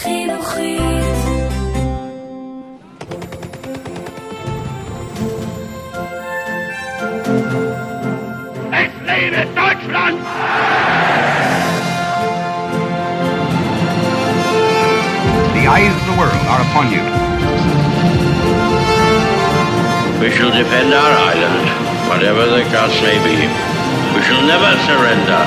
חינוכית. Es lebe Deutschland! The eyes of the world are upon you. We shall defend our island, whatever the cost may be. We shall never surrender.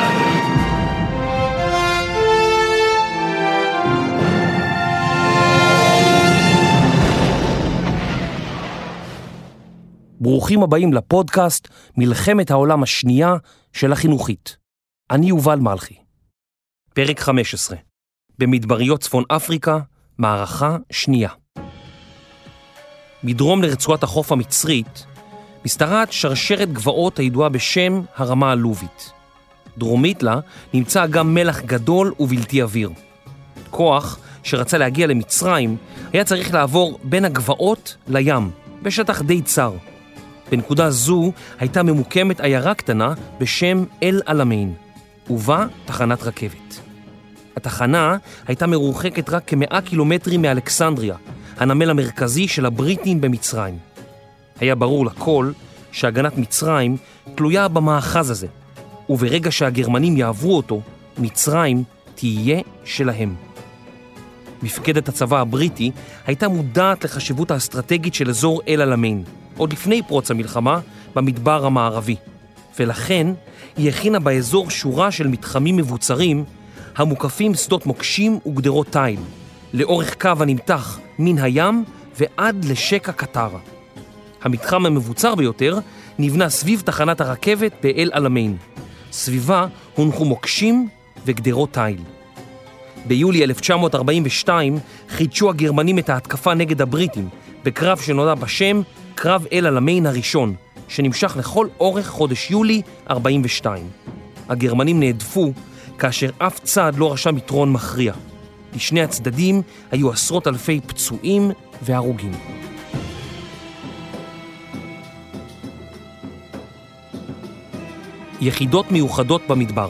ברוכים הבאים לפודקאסט מלחמת העולם השנייה של החינוכית. אני יובל מלכי. פרק 15. במדבריות צפון אפריקה, מערכה שנייה. מדרום לרצועת החוף המצרית, משתרעת שרשרת גבעות הידועה בשם הרמה הלובית. דרומית לה נמצא גם מלח גדול ובלתי אוויר. כוח שרצה להגיע למצרים היה צריך לעבור בין הגבעות לים, בשטח די צר. בנקודה זו הייתה ממוקמת עיירה קטנה בשם אל אלמיין, ובה תחנת רכבת. התחנה הייתה מרוחקת רק כ100 קילומטרים מאלכסנדריה, הנמל המרכזי של הבריטים במצרים. היה ברור לכל שהגנת מצרים תלויה במאחז הזה, וברגע שהגרמנים יעברו אותו, מצרים תהיה שלהם. מפקדת הצבא הבריטי הייתה מודעת לחשיבות האסטרטגית של אזור אל אלמיין, עוד לפני פרוץ המלחמה במדבר המערבי, ולכן היא הכינה באזור שורה של מתחמים מבוצרים המוקפים שדות מוקשים וגדרות תיל, לאורך קו הנמתח מן הים ועד לשקע קטרה. המתחם המבוצר ביותר נבנה סביב תחנת הרכבת באל אלמיין. סביבה הונחו מוקשים וגדרות תיל. ביולי 1942 חידשו הגרמנים את ההתקפה נגד הבריטים בקרב שנודע בשם קרב אל אלמיין הראשון, שנמשך לכל אורך חודש יולי 42. הגרמנים נהדפו כאשר אף צד לא רשם יתרון מכריע. לשני הצדדים היו עשרות אלפי פצועים והרוגים. יחידות מיוחדות במדבר.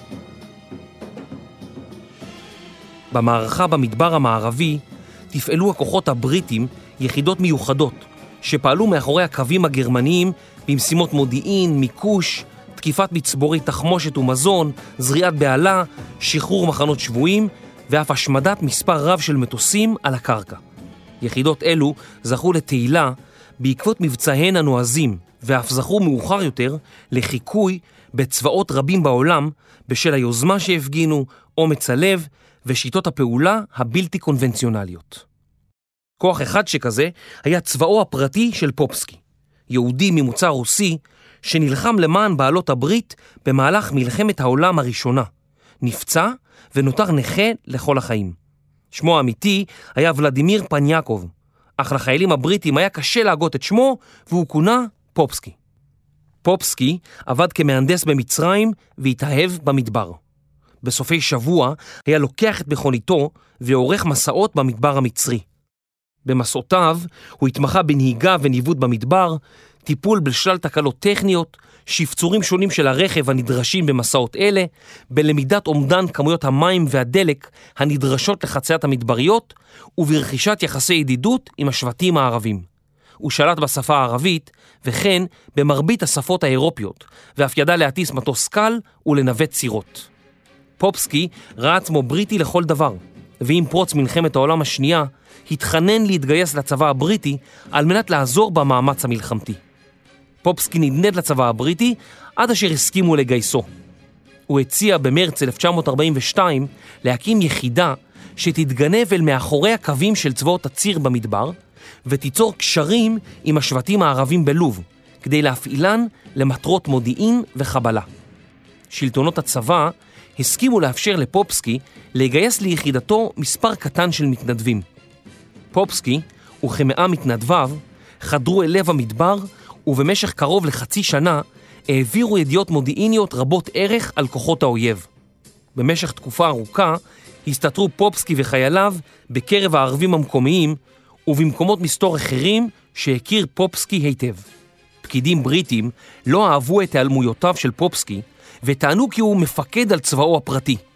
במערכה במדבר המערבי תפעלו הכוחות הבריטים יחידות מיוחדות שפעלו מאחורי הקווים הגרמניים במשימות מודיעין, מיקוש, תקיפת מצבורי תחמושת ומזון, זריעת בעלה, שחרור מחנות שבויים ואף השמדת מספר רב של מטוסים על הקרקע. יחידות אלו זכו לתהילה בעקבות מבצעיהן הנועזים, ואף זכו מאוחר יותר לחיקוי בצבאות רבים בעולם בשל היוזמה שהפגינו, אומץ הלב ושיטות הפעולה הבלתי קונבנציונליות. כוח אחד שכזה היה צבאו הפרטי של פופסקי, יהודי ממוצא רוסי שנלחם למען בעלות הברית במהלך מלחמת העולם הראשונה. נפצע ונותר נכה לכל החיים. שמו האמיתי היה ולדימיר פניאקוב, אך לחיילים הבריטים היה קשה להגות את שמו והוא כונה פופסקי. פופסקי עבד כמהנדס במצרים והתאהב במדבר. בסופי שבוע היה לוקח את מכוניתו ועורך מסעות במדבר המצרי. במסעותיו הוא התמחה בנהיגה וניווט במדבר, טיפול בשלל תקלות טכניות, שפצורים שונים של הרכב הנדרשים במסעות אלה, בלמידת אומדן כמויות המים והדלק הנדרשות לחציית המדבריות, וברכישת יחסי ידידות עם השבטים הערבים. הוא שלט בשפה הערבית, וכן במרבית השפות האירופיות, ואף ידע להטיס מטוס קל ולנווט צירות. פופסקי ראה עצמו בריטי לכל דבר, ועם פרוץ מלחמת העולם השנייה, התחנן להתגייס לצבא הבריטי על מנת לעזור במאמץ המלחמתי. פופסקי נדנד לצבא הבריטי עד אשר הסכימו לגייסו. הוא הציע במרץ 1942 להקים יחידה שתתגנב אל מאחורי הקווים של צבאות הציר במדבר, ותיצור קשרים עם השבטים הערבים בלוב, כדי להפעילן למטרות מודיעין וחבלה. שלטונות הצבא הסכימו לאפשר לפופסקי לגייס ליחידתו מספר קטן של מתנדבים. פופסקי וכ100 מתנדביו חדרו אל לב המדבר, ובמשך קרוב לחצי שנה העבירו ידיעות מודיעיניות רבות ערך על כוחות האויב. במשך תקופה ארוכה הסתתרו פופסקי וחייליו בקרב הערבים המקומיים, ובמקומות מסתור אחרים שהכיר פופסקי היטב. פקידים בריטים לא אהבו את העלמויותיו של פופסקי, וטענו כי הוא מפקד על צבאו הפרטי.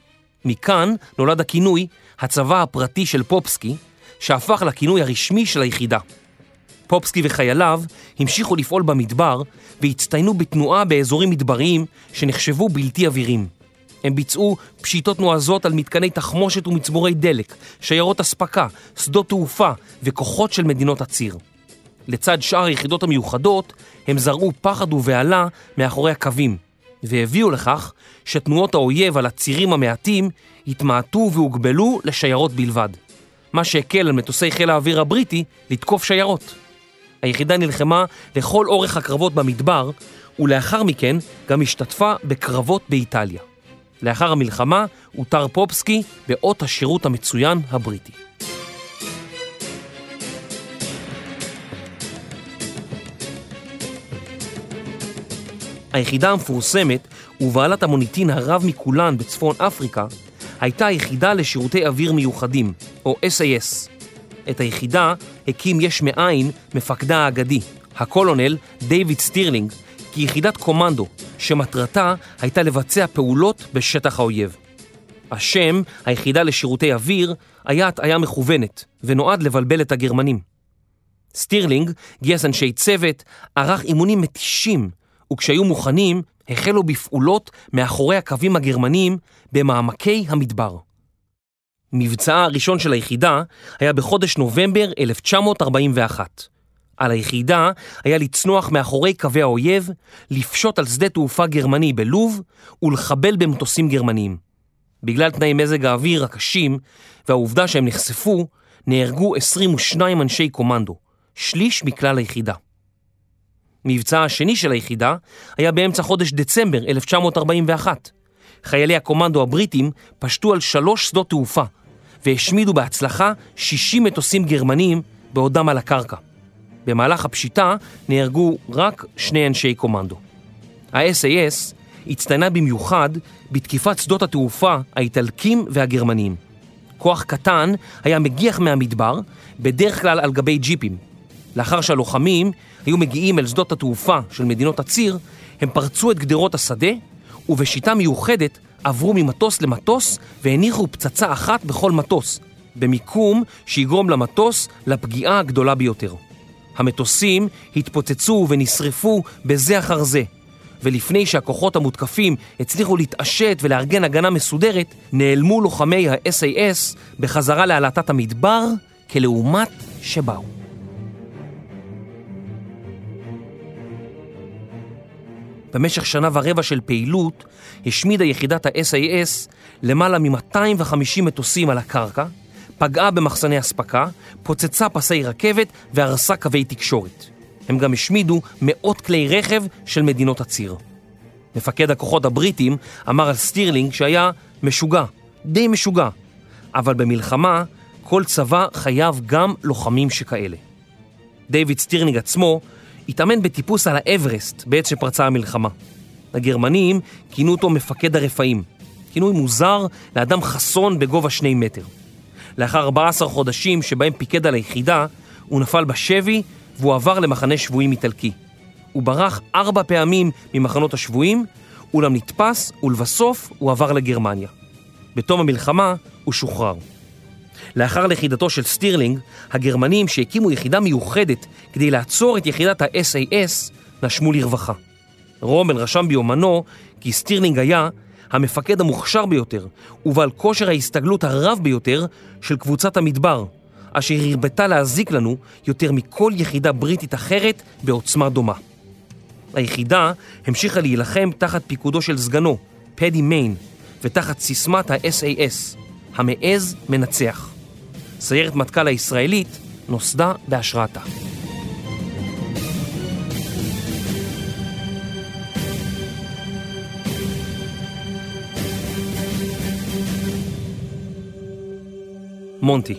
מכאן נולד הכינוי הצבא הפרטי של פופסקי, שהפך לכינוי הרשמי של היחידה. פופסקי וחייליו המשיכו לפעול במדבר והצטיינו בתנועה באזורים מדבריים שנחשבו בלתי אווירים. הם ביצעו פשיטות נועזות על מתקני תחמושת ומצבורי דלק, שיירות אספקה, שדות תעופה וכוחות של מדינות הציר. לצד שאר היחידות המיוחדות, הם זרעו פחד ובהלה מאחורי הקווים, והביאו לכך שתנועות האויב על הצירים המעטים התמעטו והוגבלו לשיירות בלבד, מה שהקל על מטוסי חיל האוויר הבריטי לתקוף שיירות. היחידה נלחמה לכל אורך הקרבות במדבר, ולאחר מכן גם השתתפה בקרבות באיטליה. לאחר המלחמה הותר פופסקי באות השירות המצוין הבריטי. היחידה המפורסמת ובעלת המוניטין הרב מכולן בצפון אפריקה הייתה היחידה לשירותי אוויר מיוחדים, או SAS. את היחידה הקים יש מאין מפקדה האגדי, הקולונל דיוויד סטירלינג, כיחידת קומנדו, שמטרתה הייתה לבצע פעולות בשטח האויב. השם, היחידה לשירותי אוויר, היה הטעיה מכוונת, ונועד לבלבל את הגרמנים. סטירלינג גייס אנשי צוות, ערך אימונים מתישים, וכשהיו מוכנים, החלו בפעולות מאחורי הקווים הגרמניים במעמקי המדבר. מבצעה הראשון של היחידה היה בחודש נובמבר 1941. על היחידה היה לצנוח מאחורי קווי האויב, לפשוט על שדה תעופה גרמני בלוב ולחבל במטוסים גרמניים. בגלל תנאי מזג האוויר הקשים והעובדה שהם נחשפו, נהרגו 22 אנשי קומנדו, שליש מכלל היחידה. מבצע השני של היחידה היה באמצע חודש דצמבר 1941. חיילי הקומנדו הבריטים פשטו על 3 שדות תעופה והשמידו בהצלחה 60 מטוסים גרמניים בעודם על הקרקע. במהלך הפשיטה נהרגו רק 2 אנשי קומנדו. ה-SAS הצטיינה במיוחד בתקיפת שדות התעופה האיטלקים והגרמניים. כוח קטן היה מגיח מהמדבר, בדרך כלל על גבי ג'יפים. לאחר שהלוחמים היו מגיעים אל שדות התעופה של מדינות הציר, הם פרצו את גדרות השדה, ובשיטה מיוחדת עברו ממטוס למטוס והניחו פצצה אחת בכל מטוס, במיקום שיגרום למטוס לפגיעה הגדולה ביותר. המטוסים התפוצצו ונשרפו בזה אחר זה, ולפני שהכוחות המותקפים הצליחו להתעשת ולארגן הגנה מסודרת, נעלמו לוחמי ה-SAS בחזרה להעלטת המדבר כלעומת שבאו. במשך 1.25 של פעילות השמידה יחידת ה-SAS למעלה מ-250 מטוסים על הקרקע, פגעה במחסני אספקה, פוצצה פסי רכבת והרסה קווי תקשורת. הם גם השמידו מאות כלי רכב של מדינות הציר. מפקד הכוחות הבריטים אמר על סטירלינג שהיה משוגע, די משוגע, אבל במלחמה כל צבא חייב גם לוחמים שכאלה. דיוויד סטירלינג עצמו התאמן בטיפוס על האברסט בעת שפרצה המלחמה. הגרמנים כינו אותו מפקד הרפאים, כינוי מוזר לאדם חסון בגובה 2 מטר. לאחר 14 חודשים שבהם פיקד על היחידה, הוא נפל בשבי והוא עבר למחנה שבויים איטלקי. הוא ברח 4 פעמים ממחנות השבויים, אולם נתפס ולבסוף הוא עבר לגרמניה. בתום המלחמה הוא שוחרר. לאחר לכידתו של סטירלינג, הגרמנים שהקימו יחידה מיוחדת כדי לעצור את יחידת ה-SAS נשמו לרווחה. רומל רשם ביומנו כי סטירלינג היה המפקד המוכשר ביותר ובעל כושר ההסתגלות הרב ביותר של קבוצת המדבר, אשר הרבתה להזיק לנו יותר מכל יחידה בריטית אחרת בעוצמה דומה. היחידה המשיכה להילחם תחת פיקודו של סגנו, פדי מיין, ותחת סיסמת ה-SAS, המעז מנצח. סיירת מטכ"ל הישראלית נוסדה בהשראתה. מונטי.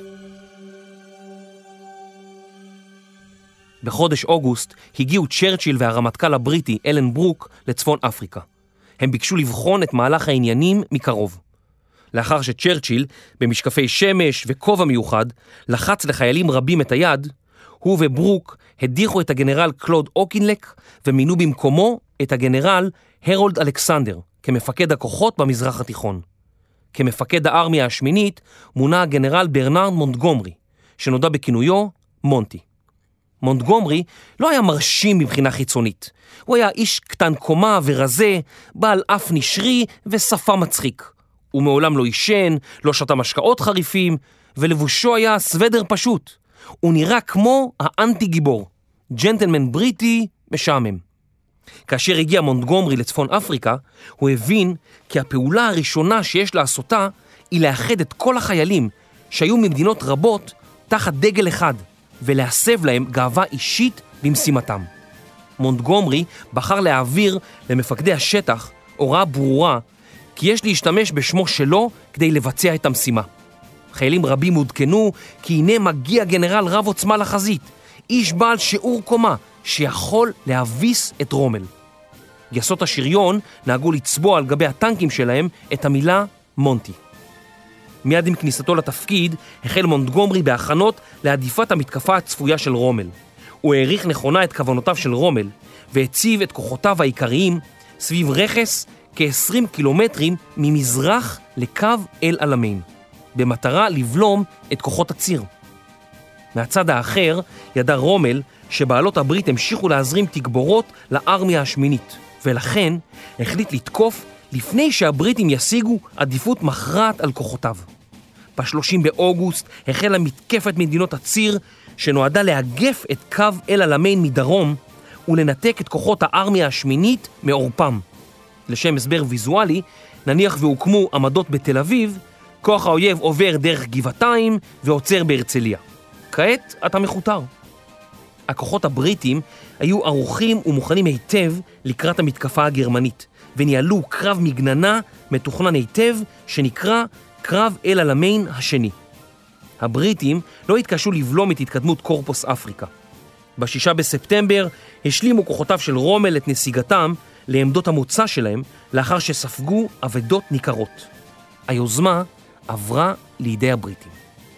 בחודש אוגוסט הגיעו צ'רצ'יל והרמטכ"ל הבריטי אלן ברוק לצפון אפריקה. הם ביקשו לבחון את מהלך העניינים מקרוב. לאחר שצ'רצ'יל, במשקפי שמש וכובע מיוחד, לחץ לחיילים רבים את היד, הוא וברוק הדיחו את הגנרל קלוד אוקינלק ומינו במקומו את הגנרל הרולד אלכסנדר כמפקד הכוחות במזרח התיכון. כמפקד הארמיה השמינית מונה הגנרל ברנרד מונטגומרי, שנודע בכינויו מונטי. מונטגומרי לא היה מרשים מבחינה חיצונית. הוא היה איש קטן קומה ורזה, בעל אף נשרי ושפה מצחיק. הוא מעולם לא ישן, לא שתה משקאות חריפים, ולבושו היה סוודר פשוט. הוא נראה כמו האנטי גיבור, ג'נטלמן בריטי משעמם. כאשר הגיע מונטגומרי לצפון אפריקה, הוא הבין כי הפעולה הראשונה שיש לעשותה היא לאחד את כל החיילים שהיו ממדינות רבות תחת דגל אחד, ולהסב להם גאווה אישית במשימתם. מונטגומרי בחר להעביר למפקדי השטח הוראה ברורה כי יש להשתמש בשמו שלו כדי לבצע את המשימה. חיילים רבים הודכנו כי הנה מגיע גנרל רב עוצמה לחזית, איש בעל שיעור קומה שיכול להביס את רומל. גייסות השריון נהגו לצבוע על גבי הטנקים שלהם את המילה מונטי. מיד עם כניסתו לתפקיד החל מונטגומרי בהכנות להדיפת המתקפה הצפויה של רומל. הוא העריך נכונה את כוונותיו של רומל והציב את כוחותיו העיקריים סביב רכס כ-20 קילומטרים ממזרח לקו אל אלמיין, במטרה לבלום את כוחות הציר. מהצד האחר ידע רומל שבעלות הברית המשיכו להזרים תגבורות לארמיה השמינית, ולכן החליט לתקוף לפני שהבריטים ישיגו עדיפות מכרעת על כוחותיו. ב-30 באוגוסט החלה מתקפת מדינות הציר שנועדה לאגף את קו אל אלמיין מדרום ולנתק את כוחות הארמיה השמינית מאורפם. לשם הסבר ויזואלי, נניח והוקמו עמדות בתל אביב, כוח האויב עובר דרך גבעתיים ועוצר בהרצליה. כעת אתה מחותר. הכוחות הבריטים היו ערוכים ומוכנים היטב לקראת המתקפה הגרמנית, וניהלו קרב מגננה מתוכנן היטב שנקרא קרב אל אלמיין השני. הבריטים לא התקשו לבלום את התקדמות קורפוס אפריקה. ב6 בספטמבר השלימו כוחותיו של רומל את נסיגתם לעמדות המוצא שלהם לאחר שספגו אבדות ניכרות. היוזמה עברה לידי הבריטים.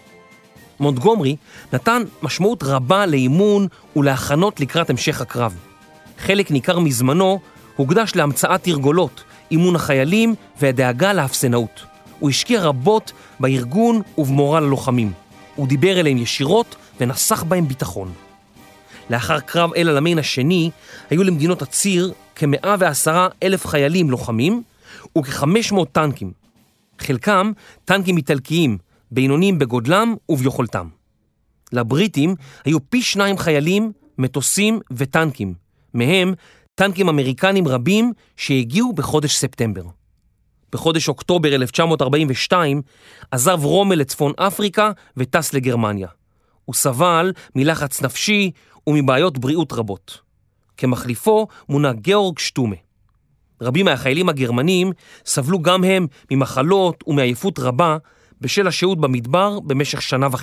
מונטגומרי נתן משמעות רבה לאימון ולהכנות לקראת המשך הקרב. חלק ניכר מזמנו הוקדש להמצאת תרגולות, אימון החיילים והדאגה לאפסנאות. הוא השקיע רבות בארגון ובמורל הלוחמים. הוא דיבר אליהם ישירות ונסח בהם ביטחון. לאחר קרב אל אלמיין השני היו למדינות הציר כ110,000 חיילים לוחמים וכ500 טנקים. חלקם טנקים איטלקיים, בינוניים בגודלם וביכולתם. לבריטים היו פי 2 חיילים, מטוסים וטנקים, מהם טנקים אמריקנים רבים שהגיעו בחודש ספטמבר. בחודש אוקטובר 1942 עזב רומל לצפון אפריקה וטס לגרמניה. הוא סבל מלחץ נפשי ומבעיות בריאות רבות. כמחליפו מונה גאורג שטומה. רבים מהחיילים הגרמנים סבלו גם הם ממחלות ומעייפות רבה בשל השהות במדבר במשך 1.5 שנה.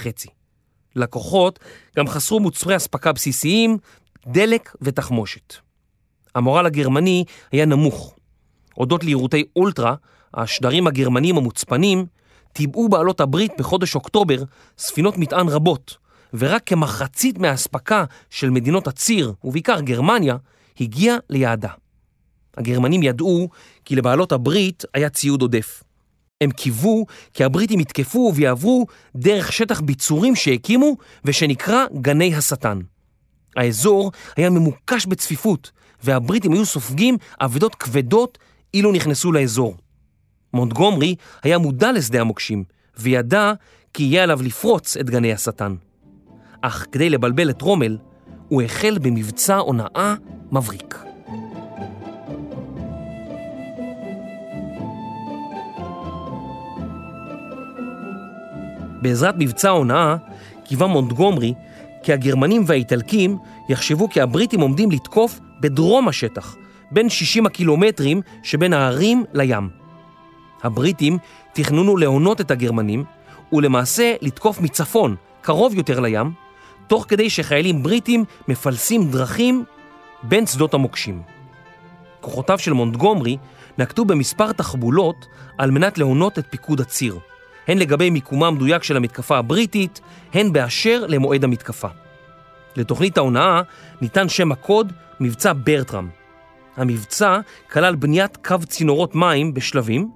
לקוחות גם חסרו מוצרי אספקה בסיסיים, דלק ותחמושת. המורל הגרמני היה נמוך. הודות לירוטי אולטרה, השדרים הגרמנים המוצפנים, טיבעו בעלות הברית בחודש אוקטובר ספינות מטען רבות, ורק כמחצית מהאספקה של מדינות הציר, ובעיקר גרמניה, הגיעה ליעדה. הגרמנים ידעו כי לבעלות הברית היה ציוד עודף. הם קיוו כי הבריטים יתקפו ויעברו דרך שטח ביצורים שהקימו ושנקרא גני השטן. האזור היה ממוקש בצפיפות, והבריטים היו סופגים אבדות כבדות אילו נכנסו לאזור. מונטגומרי היה מודע לשדה המוקשים, וידע כי יהיה עליו לפרוץ את גני השטן. אך כדי לבלבל את רומל, הוא החל במבצע הונאה מבריק. בעזרת מבצע ההונאה קיווה מונטגומרי כי הגרמנים והאיטלקים יחשבו כי הבריטים עומדים לתקוף בדרום השטח, בין 60 הקילומטרים שבין הערים לים. הבריטים תכננו להונות את הגרמנים ולמעשה לתקוף מצפון, קרוב יותר לים, תוך כדי שחיילים בריטים מפלסים דרכים בין שדות המוקשים. כוחותיו של מונטגומרי נקטו במספר תחבולות על מנת להונות את פיקוד הציר, הן לגבי מיקומה המדויק של המתקפה הבריטית, הן באשר למועד המתקפה. לתוכנית ההונאה ניתן שם הקוד מבצע ברטרם. המבצע כלל בניית קו צינורות מים בשלבים,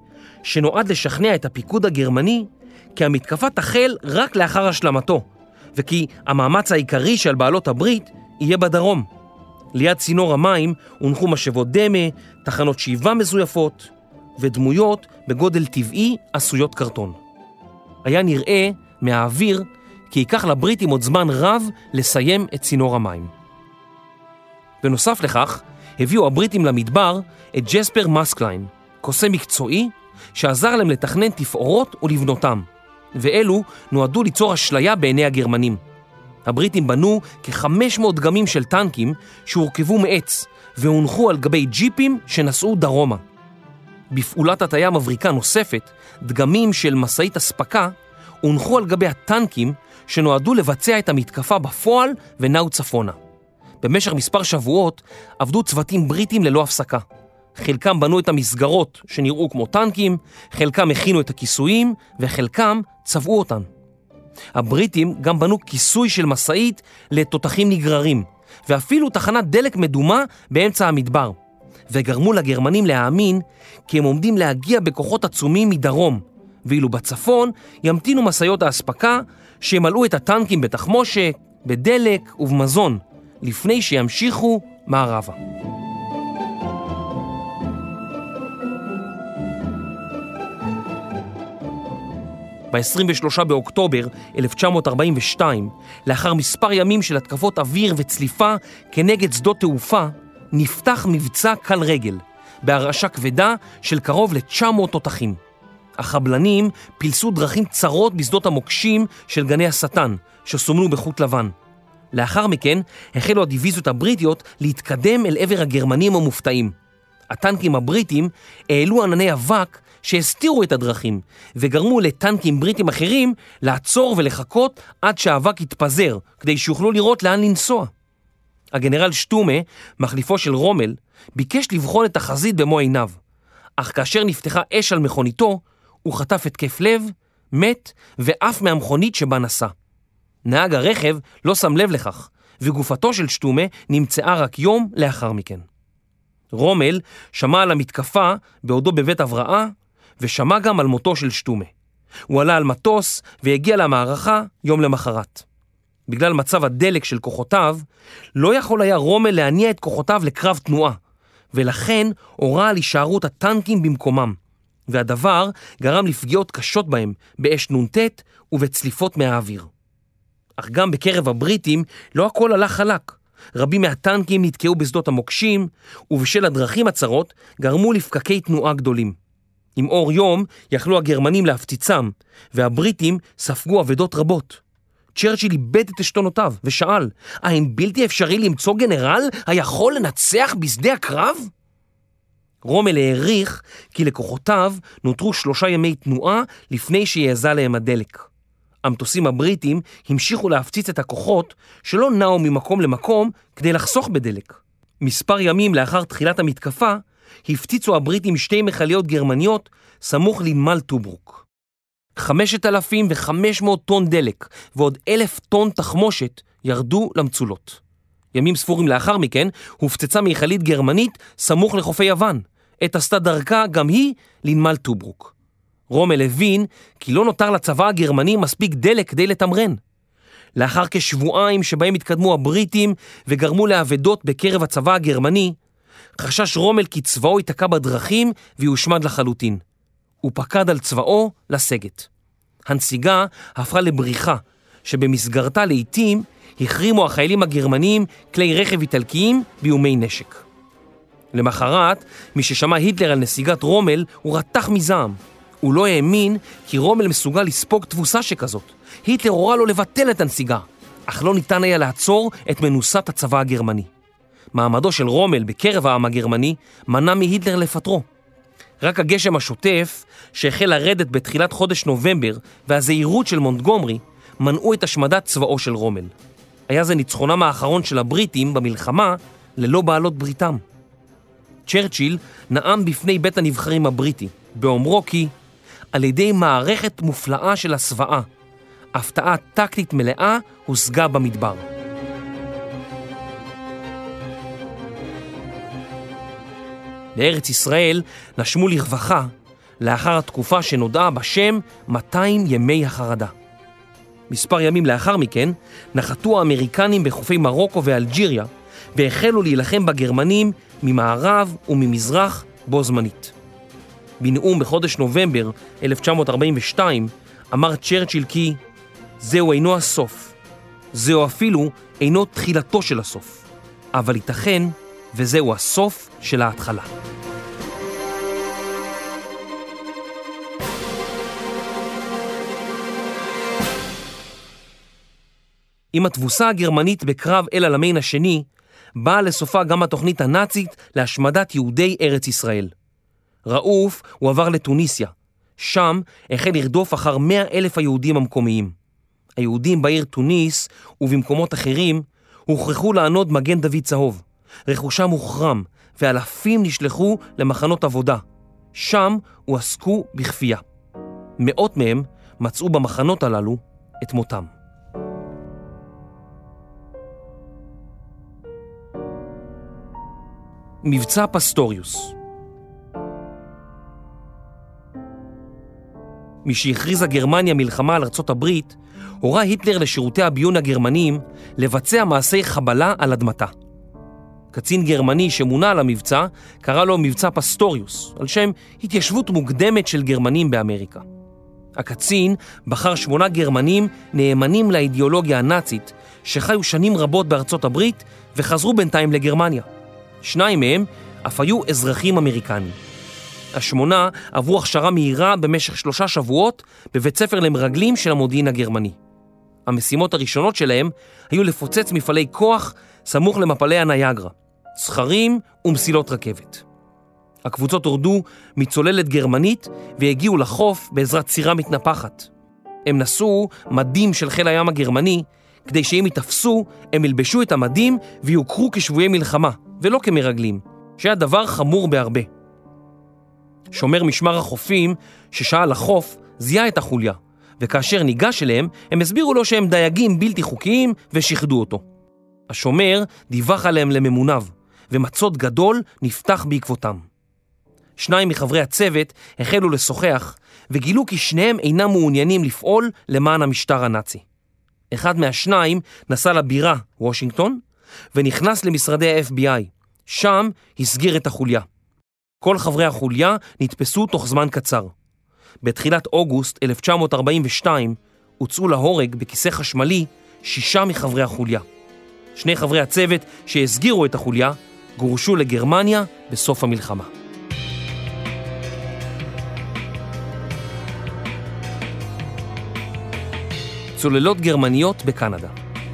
שנועד לשכנע את הפיקוד הגרמני כי המתקפה תחל רק לאחר השלמתו, וכי המאמץ העיקרי של בעלות הברית יהיה בדרום. ליד צינור המים הונחו משאבות דמה, תחנות שאיבה מזויפות ודמויות בגודל טבעי עשויות קרטון. היה נראה מהאוויר כי ייקח לבריטים עוד זמן רב לסיים את צינור המים. בנוסף לכך, הביאו הבריטים למדבר את ג'ספר מסקליין, קוסם מקצועי שעזר להם לתכנן תפאורות ולבנותם, ואלו נועדו ליצור אשליה בעיני הגרמנים. הבריטים בנו כ-500 דגמים של טנקים שהורכבו מעץ והונחו על גבי ג'יפים שנסעו דרומה. בפעולת הטיה מבריקה נוספת, דגמים של מסעית אספקה הונחו על גבי הטנקים שנועדו לבצע את המתקפה בפועל ונעו צפונה. במשך מספר שבועות עבדו צוותים בריטים ללא הפסקה. חלקם בנו את המסגרות שנראו כמו טנקים, חלקם הכינו את הכיסויים וחלקם צבעו אותן. הבריטים גם בנו כיסוי של מסעית לתותחים נגררים, ואפילו תחנת דלק מדומה באמצע המדבר, וגרמו לגרמנים להאמין כי הם עומדים להגיע בכוחות עצומים מדרום, ואילו בצפון ימתינו מסעיות האספקה שימלאו את הטנקים בתחמושת, בדלק ובמזון, לפני שימשיכו מערבה. ב-23 באוקטובר 1942, לאחר מספר ימים של התקפות אוויר וצליפה כנגד שדות תעופה, נפתח מבצע קל רגל, בהרעשה כבדה של קרוב ל-900 תותחים. החבלנים פילסו דרכים צרות בשדות המוקשים של גני השטן, שסומנו בחוט לבן. לאחר מכן החלו הדיוויזיות הבריטיות להתקדם אל עבר הגרמנים המופתעים. הטנקים הבריטים העלו ענני אבק שהסתירו את הדרכים, וגרמו לטנקים בריטים אחרים לעצור ולחכות עד שהאבק יתפזר, כדי שיוכלו לראות לאן לנסוע. הגנרל שטומה, מחליפו של רומל, ביקש לבחון את החזית במו עיניו, אך כאשר נפתחה אש על מכוניתו, הוא חטף התקף לב, מת ואף מהמכונית שבה נסע. נהג הרכב לא שם לב לכך, וגופתו של שטומה נמצאה רק יום לאחר מכן. רומל שמע על המתקפה בעודו בבית הבראה, ושמע גם על מותו של שטומה. הוא עלה על מטוס והגיע למערכה יום למחרת. בגלל מצב הדלק של כוחותיו, לא יכול היה רומל להניע את כוחותיו לקרב תנועה, ולכן הורה על הישארות הטנקים במקומם, והדבר גרם לפגיעות קשות בהם באש נונטט ובצליפות מהאוויר. אך גם בקרב הבריטים לא הכל הלך חלק. רבים מהטנקים נתקעו בשדות המוקשים, ובשל הדרכים הצרות גרמו לפקקי תנועה גדולים. עם אור יום יכלו הגרמנים להפציצם, והבריטים ספגו אבדות רבות. צ'רצ'יל איבד את עשתונותיו ושאל, האם בלתי אפשרי למצוא גנרל היכול לנצח בשדה הקרב? רומל העריך כי לכוחותיו נותרו 3 ימי תנועה לפני שיעזה להם הדלק. המטוסים הבריטים המשיכו להפציץ את הכוחות שלא נעו ממקום למקום כדי לחסוך בדלק. מספר ימים לאחר תחילת המתקפה, הפציצו הבריטים 2 מכליות גרמניות סמוך לנמל טוברוק. 5,500 טון דלק ועוד 1,000 טון תחמושת ירדו למצולות. ימים ספורים לאחר מכן הופצצה מכלית גרמנית סמוך לחופי יוון. עת עשתה דרכה גם היא לנמל טוברוק. רומל הבין כי לא נותר לצבא הגרמני מספיק דלק כדי לתמרן. לאחר כשבועיים שבהם התקדמו הבריטים וגרמו לאבדות בקרב הצבא הגרמני, חשש רומל כי צבאו ייתקע בדרכים ויושמד לחלוטין. הוא פקד על צבאו לסגת. הנסיגה הפכה לבריחה, שבמסגרתה לעתים החרימו החיילים הגרמנים כלי רכב איטלקיים באיומי נשק. למחרת, מי ששמע היטלר על נסיגת רומל, הוא רתח מזעם. הוא לא האמין כי רומל מסוגל לספוג תבוסה שכזאת. היטלר הורה לו לבטל את הנסיגה, אך לא ניתן היה לעצור את מנוסת הצבא הגרמני. מעמדו של רומל בקרב העם הגרמני מנע מהיטלר לפטרו. רק הגשם השוטף שהחל לרדת בתחילת חודש נובמבר והזהירות של מונטגומרי מנעו את השמדת צבאו של רומל. היה זה ניצחונם האחרון של הבריטים במלחמה ללא בעלות בריתם. צ'רצ'יל נאם בפני בית הנבחרים הבריטי באומרו כי על ידי מערכת מופלאה של הסוואה, הפתעה טקטית מלאה הושגה במדבר. בארץ ישראל נשמו לרווחה לאחר התקופה שנודעה בשם 200 ימי החרדה. מספר ימים לאחר מכן נחתו האמריקנים בחופי מרוקו ואלג'יריה והחלו להילחם בגרמנים ממערב וממזרח בו זמנית. בנאום בחודש נובמבר 1942 אמר צ'רצ'יל כי זהו אינו הסוף, זהו אפילו אינו תחילתו של הסוף, אבל ייתכן וזהו הסוף של ההתחלה. עם התבוסה הגרמנית בקרב אל עלמיין השני, באה לסופה גם התוכנית הנאצית להשמדת יהודי ארץ ישראל. ראוף הוא עבר לתוניסיה. שם החל לרדוף אחר 100,000 היהודים המקומיים. היהודים בעיר תוניס ובמקומות אחרים הוכרחו לענוד מגן דוד צהוב. רכושם הוחרם ואלפים נשלחו למחנות עבודה. שם הועסקו בכפייה. מאות מהם מצאו במחנות הללו את מותם. מבצע פסטוריוס. משהכריזה גרמניה מלחמה על ארצות הברית, הורה היטלר לשירותי הביון הגרמניים לבצע מעשי חבלה על אדמתה. קצין גרמני שמונה על המבצע קרא לו מבצע פסטוריוס, על שם התיישבות מוקדמת של גרמנים באמריקה. הקצין בחר 8 גרמנים נאמנים לאידיאולוגיה הנאצית שחיו שנים רבות בארצות הברית וחזרו בינתיים לגרמניה. 2 מהם אף היו אזרחים אמריקנים. 8 עברו הכשרה מהירה במשך 3 שבועות בבית ספר למרגלים של המודיעין הגרמני. המשימות הראשונות שלהם היו לפוצץ מפעלי כוח סמוך למפלי הניאגרה, סכרים ומסילות רכבת. הקבוצות הורדו מצוללת גרמנית והגיעו לחוף בעזרת סירה מתנפחת. הם נשאו מדים של חיל הים הגרמני, כדי שאם יתפסו הם ילבשו את המדים ויוכרו כשבויי מלחמה, ולא כמרגלים, שהיה דבר חמור בהרבה. שומר משמר החופים ששעה לחוף זיהה את החוליה, וכאשר ניגש אליהם הם הסבירו לו שהם דייגים בלתי חוקיים ושחדו אותו. השומר דיווח עליהם לממוניו, ומצוד גדול נפתח בעקבותם. 2 מחברי הצוות החלו לשוחח, וגילו כי שניהם אינם מעוניינים לפעול למען המשטר הנאצי. אחד מהשניים נסע לבירה, וושינגטון, ונכנס למשרדי ה-FBI. שם הסגיר את החוליה. כל חברי החוליה נתפסו תוך זמן קצר. בתחילת אוגוסט 1942 הוצאו להורג בכיסא חשמלי 6 מחברי החוליה. 2 חברי הצוות שהסגירו את החוליה גורשו לגרמניה בסוף המלחמה. צוללות גרמניות בקנדה.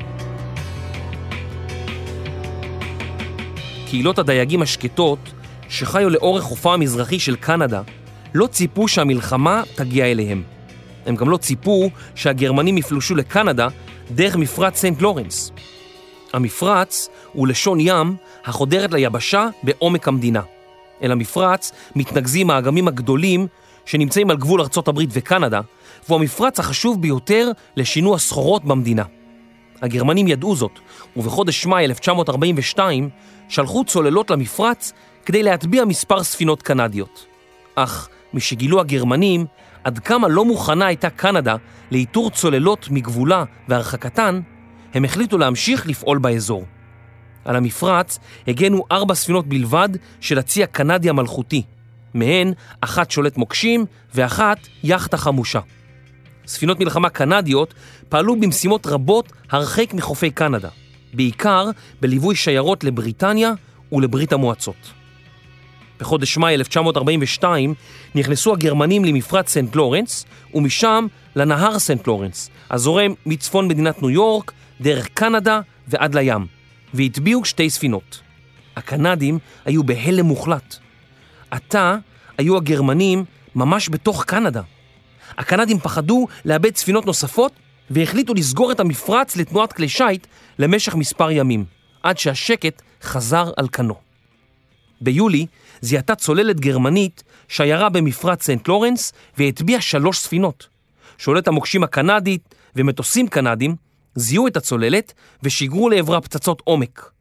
קהילות הדייגים השקטות שחיו לאורך חופה המזרחי של קנדה לא ציפו שהמלחמה תגיע אליהם. הם גם לא ציפו שהגרמנים יפלושו לקנדה דרך מפרץ סנט לורנס. המפרץ הוא לשון ים החודרת ליבשה בעומק המדינה. אל המפרץ מתנגזים האגמים הגדולים שנמצאים על גבול ארצות הברית וקנדה, והוא המפרץ החשוב ביותר לשינוע סחורות במדינה. הגרמנים ידעו זאת, ובחודש מאי 1942 שלחו צוללות למפרץ כדי להטביע מספר ספינות קנדיות. אך משגילו הגרמנים עד כמה לא מוכנה הייתה קנדה לאיתור צוללות מגבולה והרחקתן, הם החליטו להמשיך לפעול באזור. על המפרץ הגנו 4 ספינות בלבד של הצי הקנדי המלכותי, מהן 1 שולט מוקשים ו1 יחטה חמושה. ספינות מלחמה קנדיות פעלו במשימות רבות הרחק מחופי קנדה, בעיקר בליווי שיירות לבריטניה ולברית המועצות. בחודש מאי 1942 נכנסו הגרמנים למפרץ סנט לורנס, ומשם לנהר סנט לורנס, הזורם מצפון מדינת ניו יורק, דרך קנדה ועד לים, והטביעו 2 ספינות. הקנדים היו בהלם מוחלט. עתה היו הגרמנים ממש בתוך קנדה. הקנדים פחדו לאבד ספינות נוספות, והחליטו לסגור את המפרץ לתנועת כלי שיט למשך מספר ימים, עד שהשקט חזר על כנו. ביולי זיהתה צוללת גרמנית שיירה במפרץ סנט לורנס והטביעה 3 ספינות. שולט המוקשים הקנדית ומטוסים קנדים זיהו את הצוללת ושיגרו לעברה פצצות עומק.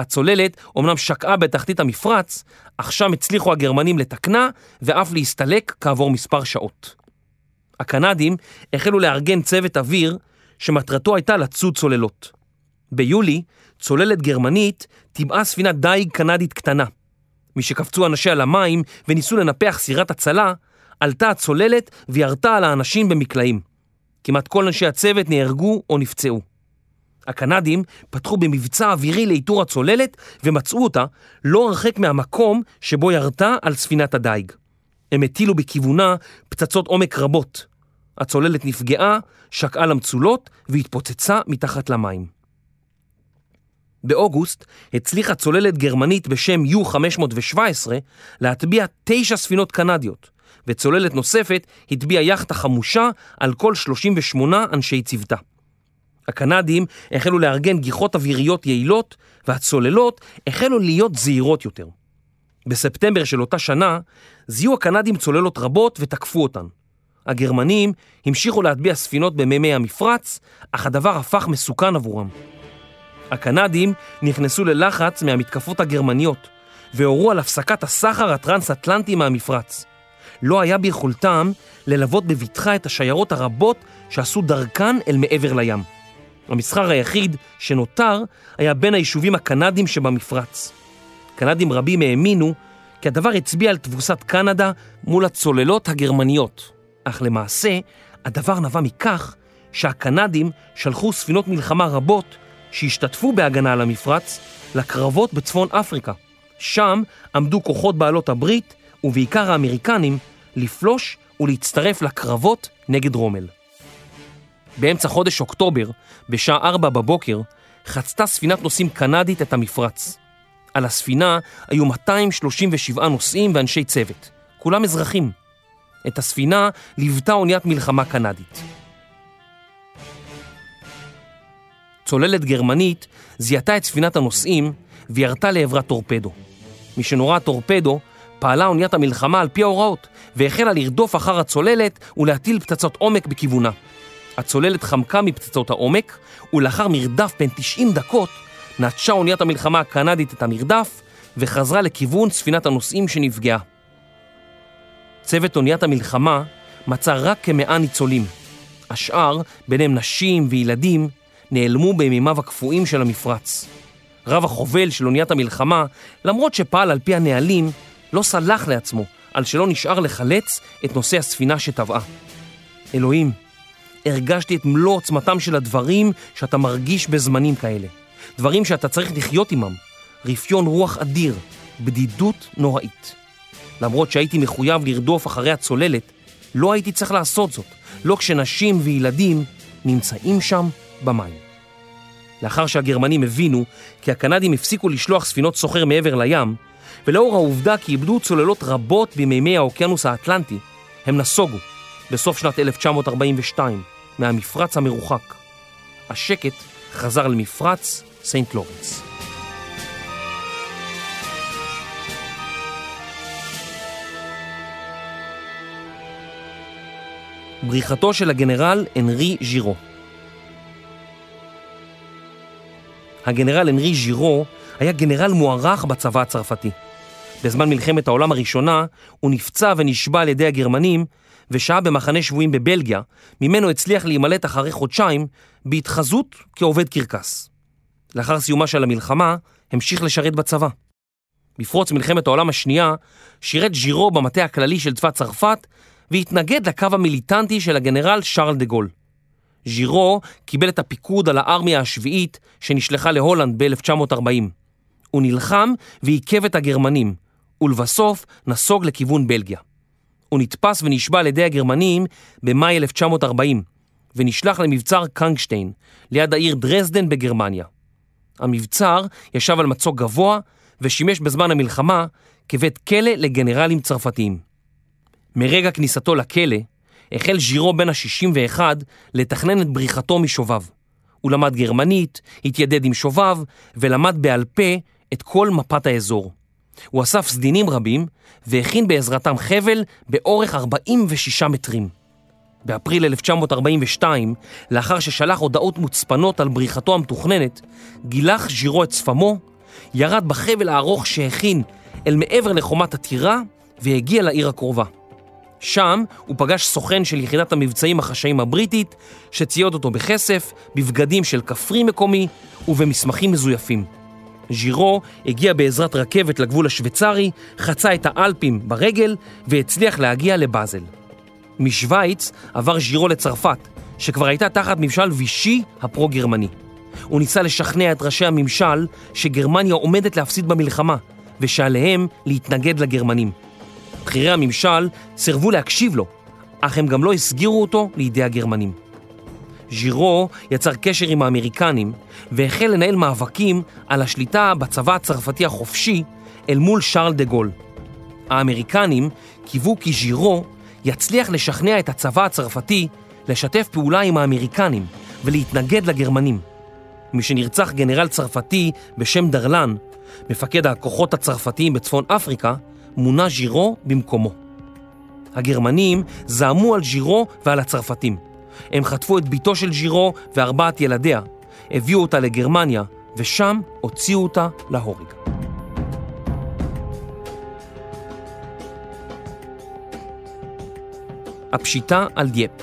הצוללת אומנם שקעה בתחתית המפרץ, אך שם הצליחו הגרמנים לתקנה ואף להסתלק כעבור מספר שעות. הקנדים החלו לארגן צוות אוויר שמטרתו הייתה לצוד צוללות. ביולי, צוללת גרמנית טיבעה ספינת דייג קנדית קטנה. משקפצו אנשיה למים וניסו לנפח סירת הצלה, עלתה הצוללת וירתה על האנשים במקלעים. כמעט כל אנשי הצוות נהרגו או נפצעו. הקנדים פתחו במבצע אווירי לאיתור הצוללת ומצאו אותה לא הרחק מהמקום שבו ירתה על ספינת הדייג. הם הטילו בכיוונה פצצות עומק רבות. הצוללת נפגעה, שקעה למצולות והתפוצצה מתחת למים. באוגוסט הצליחה צוללת גרמנית בשם U-517 להטביע 9 ספינות קנדיות, וצוללת נוספת הטביעה יחטה חמושה על כל 38 אנשי צוותה. הקנדים החלו לארגן גיחות אוויריות יעילות, והצוללות החלו להיות זהירות יותר. בספטמבר של אותה שנה זיהו הקנדים צוללות רבות ותקפו אותן. הגרמנים המשיכו להטביע ספינות במימי המפרץ, אך הדבר הפך מסוכן עבורם. הקנדים נכנסו ללחץ מהמתקפות הגרמניות, והורו על הפסקת הסחר הטרנס-אטלנטי מהמפרץ. לא היה ביכולתם ללוות בבטחה את השיירות הרבות שעשו דרכן אל מעבר לים. המסחר היחיד שנותר היה בין היישובים הקנדים שבמפרץ. קנדים רבים האמינו כי הדבר הצביע על תבוסת קנדה מול הצוללות הגרמניות. אך למעשה, הדבר נבע מכך שהקנדים שלחו ספינות מלחמה רבות שהשתתפו בהגנה על המפרץ לקרבות בצפון אפריקה. שם עמדו כוחות בעלות הברית ובעיקר האמריקנים לפלוש ולהצטרף לקרבות נגד רומל. באמצע חודש אוקטובר, בשעה 4 בבוקר, חצתה ספינת נוסעים קנדית את המפרץ. על הספינה היו 237 נוסעים ואנשי צוות, כולם אזרחים. את הספינה ליוותה אוניית מלחמה קנדית. צוללת גרמנית זיהתה את ספינת הנוסעים וירתה לעברה טורפדו. משנורה הטורפדו פעלה אוניית המלחמה על פי ההוראות והחלה לרדוף אחר הצוללת ולהטיל פצצות עומק בכיוונה. הצוללת חמקה מפצצות העומק ולאחר מרדף בין 90 דקות נטשה אוניית המלחמה הקנדית את המרדף וחזרה לכיוון ספינת הנוסעים שנפגעה. צוות אוניית המלחמה מצא רק כ100 ניצולים. השאר, ביניהם נשים וילדים, נעלמו בימימיו הקפואים של המפרץ. רב החובל של אוניית המלחמה, למרות שפעל על פי הנהלים, לא סלח לעצמו על שלא נשאר לחלץ את נושא הספינה שטבעה. אלוהים, הרגשתי את מלוא עוצמתם של הדברים שאתה מרגיש בזמנים כאלה. דברים שאתה צריך לחיות עמם. רפיון רוח אדיר, בדידות נוראית. למרות שהייתי מחויב לרדוף אחרי הצוללת, לא הייתי צריך לעשות זאת, לא כשנשים וילדים נמצאים שם במים. לאחר שהגרמנים הבינו כי הקנדים הפסיקו לשלוח ספינות סוחר מעבר לים, ולאור העובדה כי איבדו צוללות רבות במימי האוקיינוס האטלנטי, הם נסוגו בסוף שנת 1942 מהמפרץ המרוחק. השקט חזר למפרץ סנט לורנס. בריחתו של הגנרל אנרי ז'ירו. הגנרל אנרי ז'ירו היה גנרל מוערך בצבא הצרפתי. בזמן מלחמת העולם הראשונה הוא נפצע ונשבע על ידי הגרמנים ושהה במחנה שבויים בבלגיה, ממנו הצליח להימלט אחרי חודשיים בהתחזות כעובד קרקס. לאחר סיומה של המלחמה המשיך לשרת בצבא. בפרוץ מלחמת העולם השנייה שירת ז'ירו במטה הכללי של צבא צרפת והתנגד לקו המיליטנטי של הגנרל שרל דה גול. ז'ירו קיבל את הפיקוד על הארמיה השביעית שנשלחה להולנד ב-1940. הוא נלחם ועיכב את הגרמנים, ולבסוף נסוג לכיוון בלגיה. הוא נתפס ונשבע על ידי הגרמנים במאי 1940, ונשלח למבצר קנגשטיין, ליד העיר דרזדן בגרמניה. המבצר ישב על מצוק גבוה, ושימש בזמן המלחמה כבית כלא לגנרלים צרפתיים. מרגע כניסתו לכלא, החל ז'ירו בן ה-61 לתכנן את בריחתו משובב. הוא למד גרמנית, התיידד עם שובב, ולמד בעל פה את כל מפת האזור. הוא אסף סדינים רבים, והכין בעזרתם חבל באורך 46 מטרים. באפריל 1942, לאחר ששלח הודעות מוצפנות על בריחתו המתוכננת, גילח ז'ירו את שפמו, ירד בחבל הארוך שהכין אל מעבר לחומת הטירה והגיע לעיר הקרובה. שם הוא פגש סוכן של יחידת המבצעים החשאיים הבריטית שצייד אותו בכסף, בבגדים של כפרי מקומי ובמסמכים מזויפים. ז'ירו הגיע בעזרת רכבת לגבול השוויצרי, חצה את האלפים ברגל והצליח להגיע לבאזל. משוויץ עבר ז'ירו לצרפת, שכבר הייתה תחת ממשל וישי הפרו-גרמני. הוא ניסה לשכנע את ראשי הממשל שגרמניה עומדת להפסיד במלחמה ושעליהם להתנגד לגרמנים. בחירי הממשל סירבו להקשיב לו, אך הם גם לא הסגירו אותו לידי הגרמנים. ז'ירו יצר קשר עם האמריקנים והחל לנהל מאבקים על השליטה בצבא הצרפתי החופשי אל מול שרל דה גול. האמריקנים קיוו כי ז'ירו יצליח לשכנע את הצבא הצרפתי לשתף פעולה עם האמריקנים ולהתנגד לגרמנים. משנרצח גנרל צרפתי בשם דרלן, מפקד הכוחות הצרפתיים בצפון אפריקה, מונה ז'ירו במקומו. הגרמנים זעמו על ז'ירו ועל הצרפתים. הם חטפו את ביתו של ז'ירו וארבעת ילדיה, הביאו אותה לגרמניה, ושם הוציאו אותה להורג. הפשיטה על דייפ.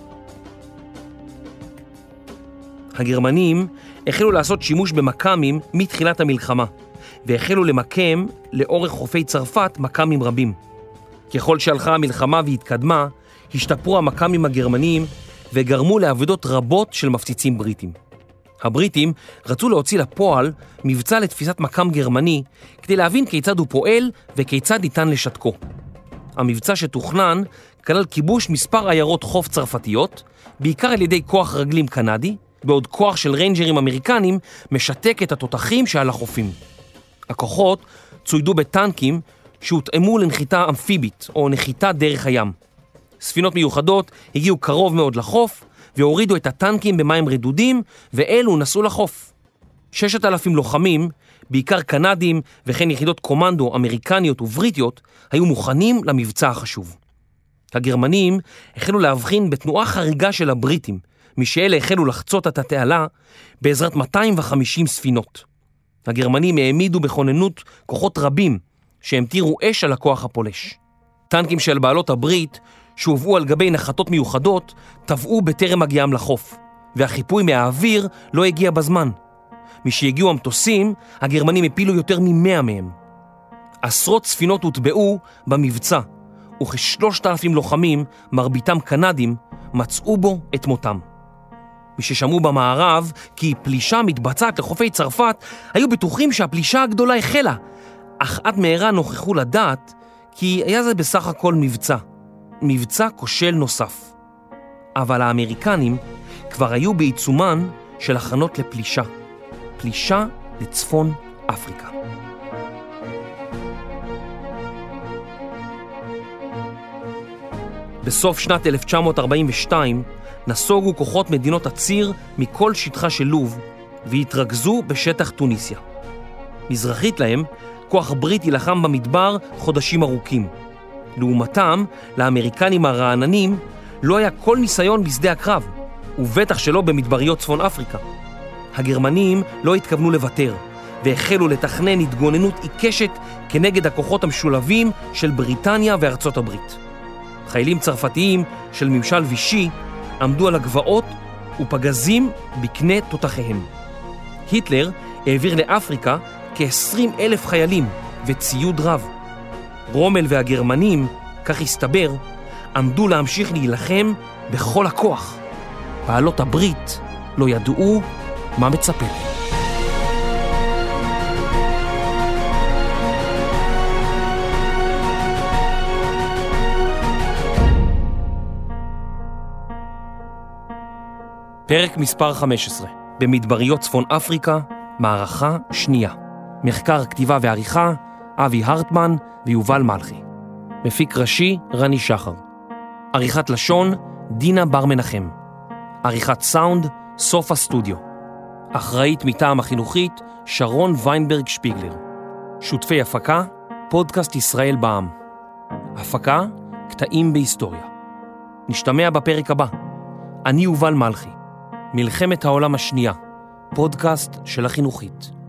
הגרמנים החלו לעשות שימוש במקמים מתחילת המלחמה, והחלו למקם לאורך חופי צרפת מקמים רבים. ככל שהלכה המלחמה והתקדמה, השתפרו המקמים הגרמניים וגרמו לעבודות רבות של מפציצים בריטים. הבריטים רצו להוציא לפועל מבצע לתפיסת מקם גרמני כדי להבין כיצד הוא פועל וכיצד ניתן לשתקו. המבצע שתוכנן כלל כיבוש מספר עיירות חוף צרפתיות, בעיקר על ידי כוח רגלים קנדי, בעוד כוח של ריינג'רים אמריקנים משתק את התותחים שעל החופים. הכוחות צוידו בטנקים שהותאמו לנחיתה אמפיבית או נחיתה דרך הים. ספינות מיוחדות הגיעו קרוב מאוד לחוף והורידו את הטנקים במים רדודים ואלו נסעו לחוף. 6,000 לוחמים, בעיקר קנדים וכן יחידות קומנדו אמריקניות ובריטיות, היו מוכנים למבצע החשוב. הגרמנים החלו להבחין בתנועה חריגה של הבריטים, משאלה החלו לחצות את התעלה בעזרת 250 ספינות. הגרמנים העמידו בכוננות כוחות רבים שהמטירו אש על הכוח הפולש. טנקים של בעלות הברית שהובאו על גבי נחתות מיוחדות טבעו בטרם הגיעם לחוף, והחיפוי מהאוויר לא הגיע בזמן. משהגיעו המטוסים, הגרמנים הפילו יותר מ100 מהם. עשרות ספינות הוטבעו במבצע, וכ3,000 לוחמים, מרביתם קנדים, מצאו בו את מותם. מששמעו במערב כי פלישה מתבצעת לחופי צרפת, היו בטוחים שהפלישה הגדולה החלה, אך עד מהרה נוכחו לדעת כי היה זה בסך הכל מבצע כושל נוסף. אבל האמריקנים כבר היו בעיצומן של הכנות פלישה לצפון אפריקה. בסוף שנת 1942 נסוגו כוחות מדינות הציר מכל שטחה של לוב והתרכזו בשטח טוניסיה. מזרחית להם, כוח בריטי לחם במדבר חודשים ארוכים. לעומתם, לאמריקנים הרעננים לא היה כל ניסיון בשדה הקרב, ובטח שלא במדבריות צפון אפריקה. הגרמנים לא התכוונו לוותר, והחלו לתכנן התגוננות עיקשת כנגד הכוחות המשולבים של בריטניה וארצות הברית. חיילים צרפתיים של ממשל וישי עמדו על הגבעות ופגזים בקנה תותחיהם. היטלר העביר לאפריקה כ20,000 חיילים וציוד רב. רומל והגרמנים, כך הסתבר, עמדו להמשיך להילחם בכל הכוח. בעלות הברית לא ידעו מה מצפה. פרק מספר 15, במדבריות צפון אפריקה, מערכה שנייה. מחקר, כתיבה ועריכה, אבי הרטמן ויובל מלכי. מפיק ראשי, רני שחר. עריכת לשון, דינה בר מנחם. עריכת סאונד, סופה סטודיו. אחראית מטעם החינוכית, שרון ויינברג שפיגלר. שותפי הפקה, פודקאסט ישראל בע"מ. הפקה, קטעים בהיסטוריה. נשתמע בפרק הבא. אני יובל מלכי. מלחמת העולם השנייה, פודקאסט של החינוכית.